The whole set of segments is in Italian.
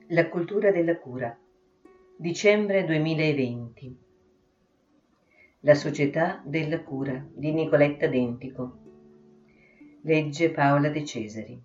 La cultura della cura. Dicembre 2020. La società della cura di Nicoletta Dentico. Legge Paola De Cesari.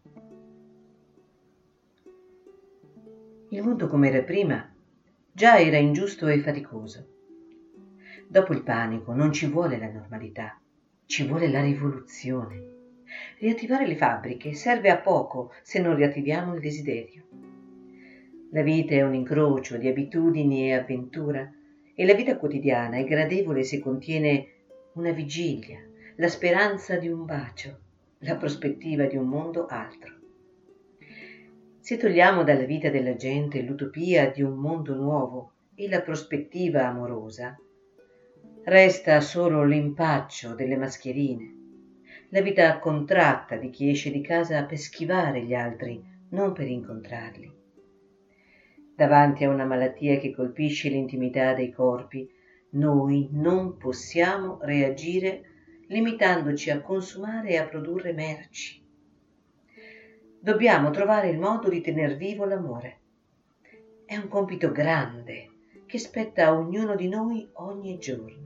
Il mondo come era prima già era ingiusto e faticoso. Dopo il panico non ci vuole la normalità, ci vuole la rivoluzione. Riattivare le fabbriche serve a poco se non riattiviamo il desiderio. La vita è un incrocio di abitudini e avventura e la vita quotidiana è gradevole se contiene una vigilia, la speranza di un bacio, la prospettiva di un mondo altro. Se togliamo dalla vita della gente l'utopia di un mondo nuovo e la prospettiva amorosa, resta solo l'impaccio delle mascherine, la vita contratta di chi esce di casa per schivare gli altri, non per incontrarli. Davanti a una malattia che colpisce l'intimità dei corpi, noi non possiamo reagire limitandoci a consumare e a produrre merci. Dobbiamo trovare il modo di tener vivo l'amore. È un compito grande che spetta a ognuno di noi ogni giorno.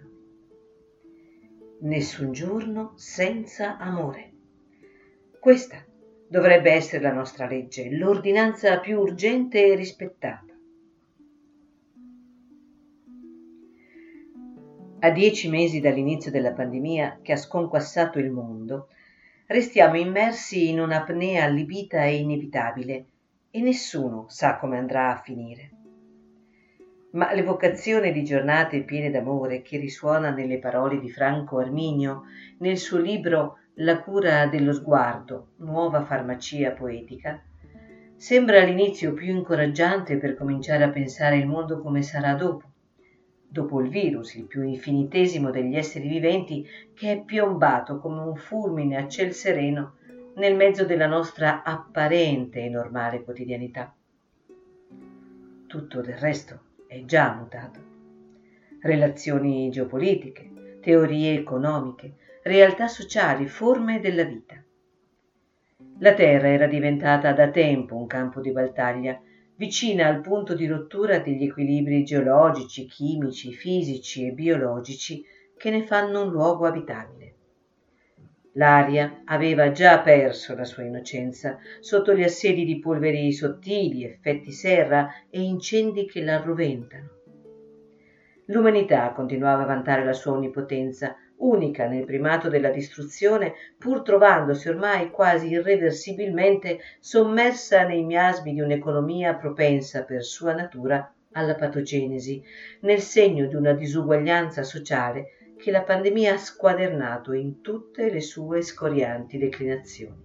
Nessun giorno senza amore. Questa dovrebbe essere la nostra legge, l'ordinanza più urgente e rispettata. A 10 mesi dall'inizio della pandemia che ha sconquassato il mondo, restiamo immersi in un'apnea allibita e inevitabile e nessuno sa come andrà a finire. Ma l'evocazione di giornate piene d'amore che risuona nelle parole di Franco Arminio nel suo libro La cura dello sguardo, nuova farmacia poetica, sembra l'inizio più incoraggiante per cominciare a pensare il mondo come sarà dopo il virus, il più infinitesimo degli esseri viventi che è piombato come un fulmine a ciel sereno nel mezzo della nostra apparente e normale quotidianità. Tutto del resto è già mutato. Relazioni geopolitiche, teorie economiche, realtà sociali, forme della vita. La Terra era diventata da tempo un campo di battaglia, vicina al punto di rottura degli equilibri geologici, chimici, fisici e biologici che ne fanno un luogo abitabile. L'aria aveva già perso la sua innocenza sotto gli assedi di polveri sottili, effetti serra e incendi che la roventano. L'umanità continuava a vantare la sua onnipotenza, unica nel primato della distruzione, pur trovandosi ormai quasi irreversibilmente sommersa nei miasmi di un'economia propensa per sua natura alla patogenesi, nel segno di una disuguaglianza sociale che la pandemia ha squadernato in tutte le sue scorianti declinazioni.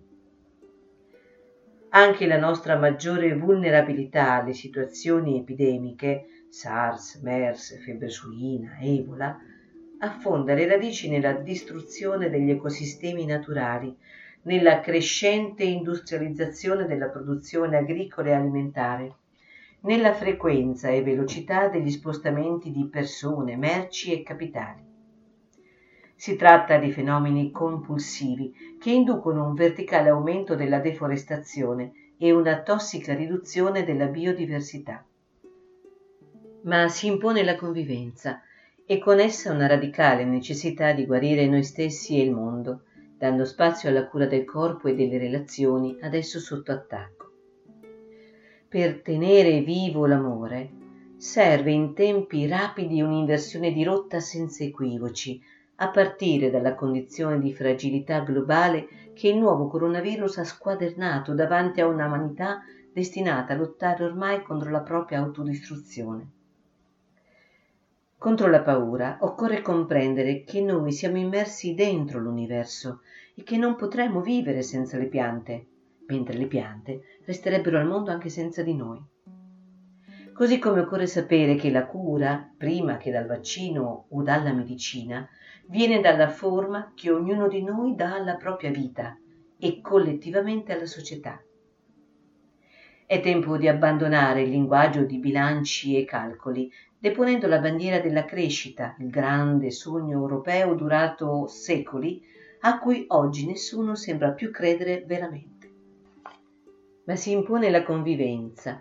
Anche la nostra maggiore vulnerabilità alle situazioni epidemiche, SARS, MERS, febbre suina, Ebola, affonda le radici nella distruzione degli ecosistemi naturali, nella crescente industrializzazione della produzione agricola e alimentare, nella frequenza e velocità degli spostamenti di persone, merci e capitali. Si tratta di fenomeni compulsivi che inducono un verticale aumento della deforestazione e una tossica riduzione della biodiversità. Ma si impone la convivenza e con essa una radicale necessità di guarire noi stessi e il mondo, dando spazio alla cura del corpo e delle relazioni adesso sotto attacco. Per tenere vivo l'amore serve in tempi rapidi un'inversione di rotta senza equivoci, a partire dalla condizione di fragilità globale che il nuovo coronavirus ha squadernato davanti a una umanità destinata a lottare ormai contro la propria autodistruzione. Contro la paura occorre comprendere che noi siamo immersi dentro l'universo e che non potremo vivere senza le piante, mentre le piante resterebbero al mondo anche senza di noi. Così come occorre sapere che la cura, prima che dal vaccino o dalla medicina, viene dalla forma che ognuno di noi dà alla propria vita e collettivamente alla società. È tempo di abbandonare il linguaggio di bilanci e calcoli, deponendo la bandiera della crescita, il grande sogno europeo durato secoli, a cui oggi nessuno sembra più credere veramente. Ma si impone la convivenza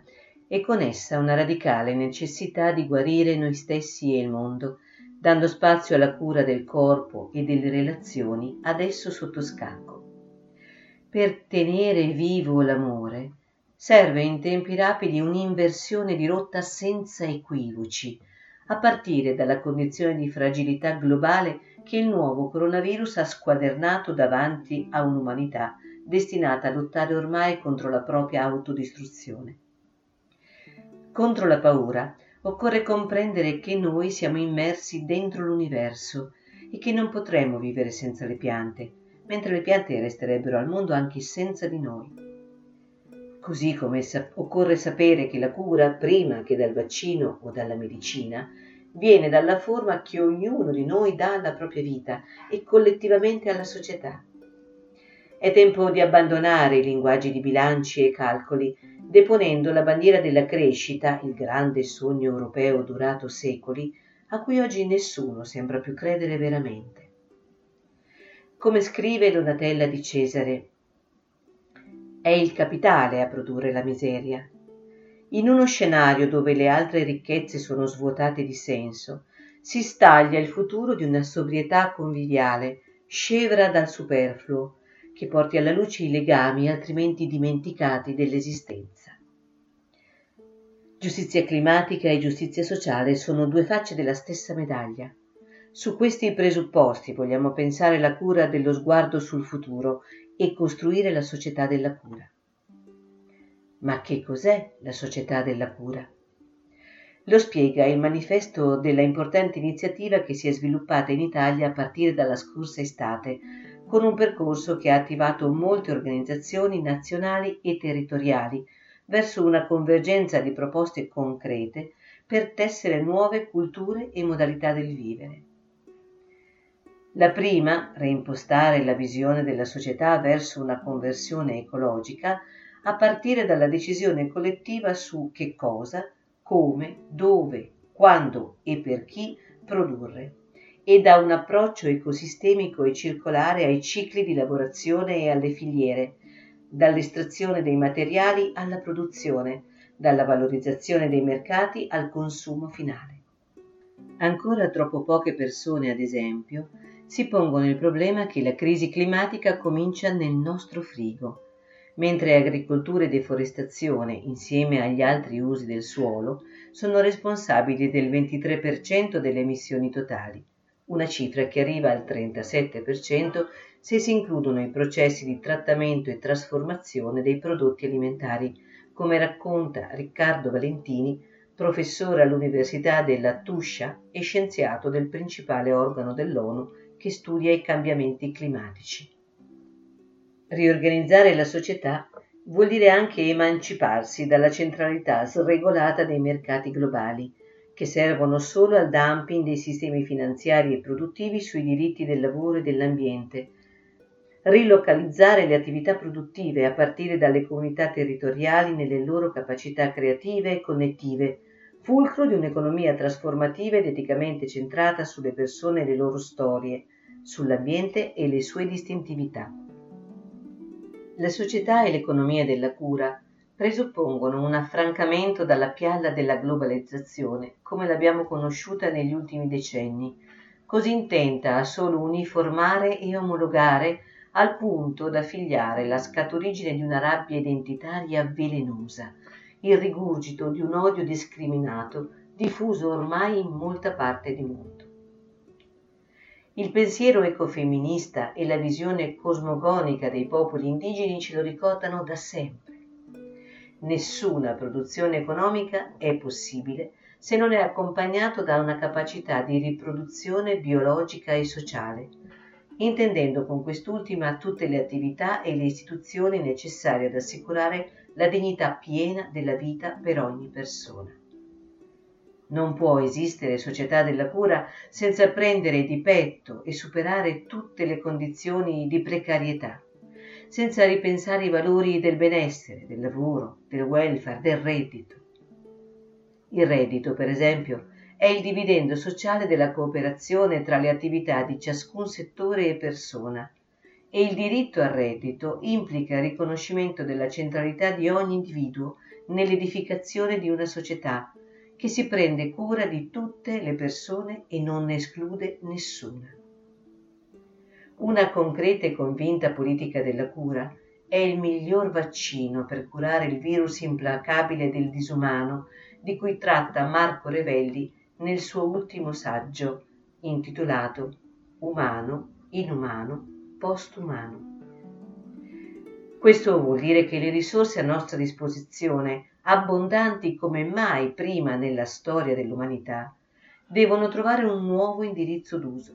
e con essa una radicale necessità di guarire noi stessi e il mondo, dando spazio alla cura del corpo e delle relazioni adesso sotto scacco. Per tenere vivo l'amore serve in tempi rapidi un'inversione di rotta senza equivoci, a partire dalla condizione di fragilità globale che il nuovo coronavirus ha squadernato davanti a un'umanità destinata a lottare ormai contro la propria autodistruzione. Contro la paura occorre comprendere che noi siamo immersi dentro l'universo e che non potremmo vivere senza le piante, mentre le piante resterebbero al mondo anche senza di noi. Così come occorre sapere che la cura, prima che dal vaccino o dalla medicina, viene dalla forma che ognuno di noi dà alla propria vita e collettivamente alla società. È tempo di abbandonare i linguaggi di bilanci e calcoli, deponendo la bandiera della crescita, il grande sogno europeo durato secoli, a cui oggi nessuno sembra più credere veramente. Come scrive Donatella Di Cesare, è il capitale a produrre la miseria. In uno scenario dove le altre ricchezze sono svuotate di senso, si staglia il futuro di una sobrietà conviviale, scevra dal superfluo, che porti alla luce i legami altrimenti dimenticati dell'esistenza. Giustizia climatica e giustizia sociale sono due facce della stessa medaglia. Su questi presupposti vogliamo pensare la cura dello sguardo sul futuro e costruire la società della cura. Ma che cos'è la società della cura? Lo spiega il manifesto della importante iniziativa che si è sviluppata in Italia a partire dalla scorsa estate, con un percorso che ha attivato molte organizzazioni nazionali e territoriali verso una convergenza di proposte concrete per tessere nuove culture e modalità del vivere. La prima, reimpostare la visione della società verso una conversione ecologica, a partire dalla decisione collettiva su che cosa, come, dove, quando e per chi produrre, e da un approccio ecosistemico e circolare ai cicli di lavorazione e alle filiere, dall'estrazione dei materiali alla produzione, dalla valorizzazione dei mercati al consumo finale. Ancora troppo poche persone, ad esempio, si pongono il problema che la crisi climatica comincia nel nostro frigo, mentre agricoltura e deforestazione, insieme agli altri usi del suolo, sono responsabili del 23% delle emissioni totali, una cifra che arriva al 37% se si includono i processi di trattamento e trasformazione dei prodotti alimentari, come racconta Riccardo Valentini, professore all'Università della Tuscia e scienziato del principale organo dell'ONU che studia i cambiamenti climatici. Riorganizzare la società vuol dire anche emanciparsi dalla centralità sregolata dei mercati globali, che servono solo al dumping dei sistemi finanziari e produttivi sui diritti del lavoro e dell'ambiente, rilocalizzare le attività produttive a partire dalle comunità territoriali nelle loro capacità creative e connettive, fulcro di un'economia trasformativa ed eticamente centrata sulle persone e le loro storie, sull'ambiente e le sue distintività. La società e l'economia della cura presuppongono un affrancamento dalla pialla della globalizzazione come l'abbiamo conosciuta negli ultimi decenni, così intenta a solo uniformare e omologare al punto da figliare la scaturigine di una rabbia identitaria velenosa, il rigurgito di un odio discriminato diffuso ormai in molta parte del mondo. Il pensiero ecofemminista e la visione cosmogonica dei popoli indigeni ce lo ricordano da sempre. Nessuna produzione economica è possibile se non è accompagnato da una capacità di riproduzione biologica e sociale, intendendo con quest'ultima tutte le attività e le istituzioni necessarie ad assicurare la dignità piena della vita per ogni persona. Non può esistere società della cura senza prendere di petto e superare tutte le condizioni di precarietà, senza ripensare i valori del benessere, del lavoro, del welfare, del reddito. Il reddito, per esempio, è il dividendo sociale della cooperazione tra le attività di ciascun settore e persona, e il diritto al reddito implica il riconoscimento della centralità di ogni individuo nell'edificazione di una società che si prende cura di tutte le persone e non ne esclude nessuna. Una concreta e convinta politica della cura è il miglior vaccino per curare il virus implacabile del disumano di cui tratta Marco Revelli nel suo ultimo saggio, intitolato Umano, inumano, postumano. Questo vuol dire che le risorse a nostra disposizione, abbondanti come mai prima nella storia dell'umanità, devono trovare un nuovo indirizzo d'uso.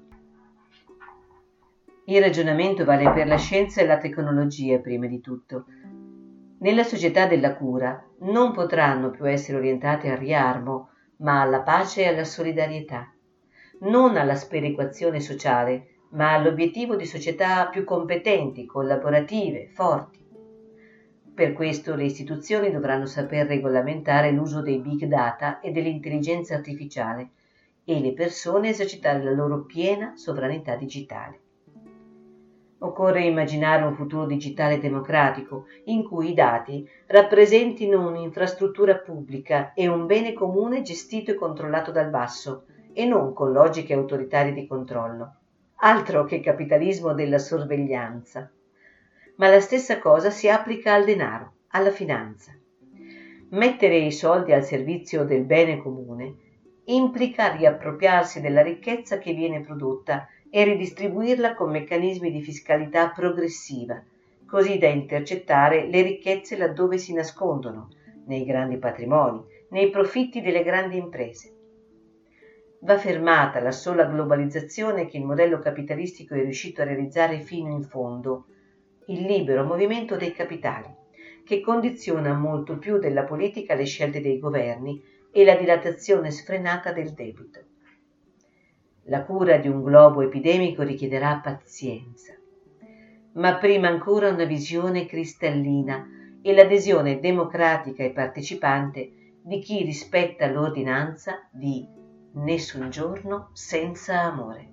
Il ragionamento vale per la scienza e la tecnologia prima di tutto. Nella società della cura non potranno più essere orientate al riarmo, ma alla pace e alla solidarietà, non alla sperequazione sociale, ma all'obiettivo di società più competenti, collaborative, forti. Per questo le istituzioni dovranno saper regolamentare l'uso dei big data e dell'intelligenza artificiale e le persone esercitare la loro piena sovranità digitale. Occorre immaginare un futuro digitale democratico in cui i dati rappresentino un'infrastruttura pubblica e un bene comune gestito e controllato dal basso e non con logiche autoritarie di controllo. Altro che capitalismo della sorveglianza. Ma la stessa cosa si applica al denaro, alla finanza. Mettere i soldi al servizio del bene comune implica riappropriarsi della ricchezza che viene prodotta e ridistribuirla con meccanismi di fiscalità progressiva, così da intercettare le ricchezze laddove si nascondono, nei grandi patrimoni, nei profitti delle grandi imprese. Va fermata la sola globalizzazione che il modello capitalistico è riuscito a realizzare fino in fondo, il libero movimento dei capitali, che condiziona molto più della politica le scelte dei governi e la dilatazione sfrenata del debito. La cura di un globo epidemico richiederà pazienza, ma prima ancora una visione cristallina e l'adesione democratica e partecipante di chi rispetta l'ordinanza di nessun giorno senza amore.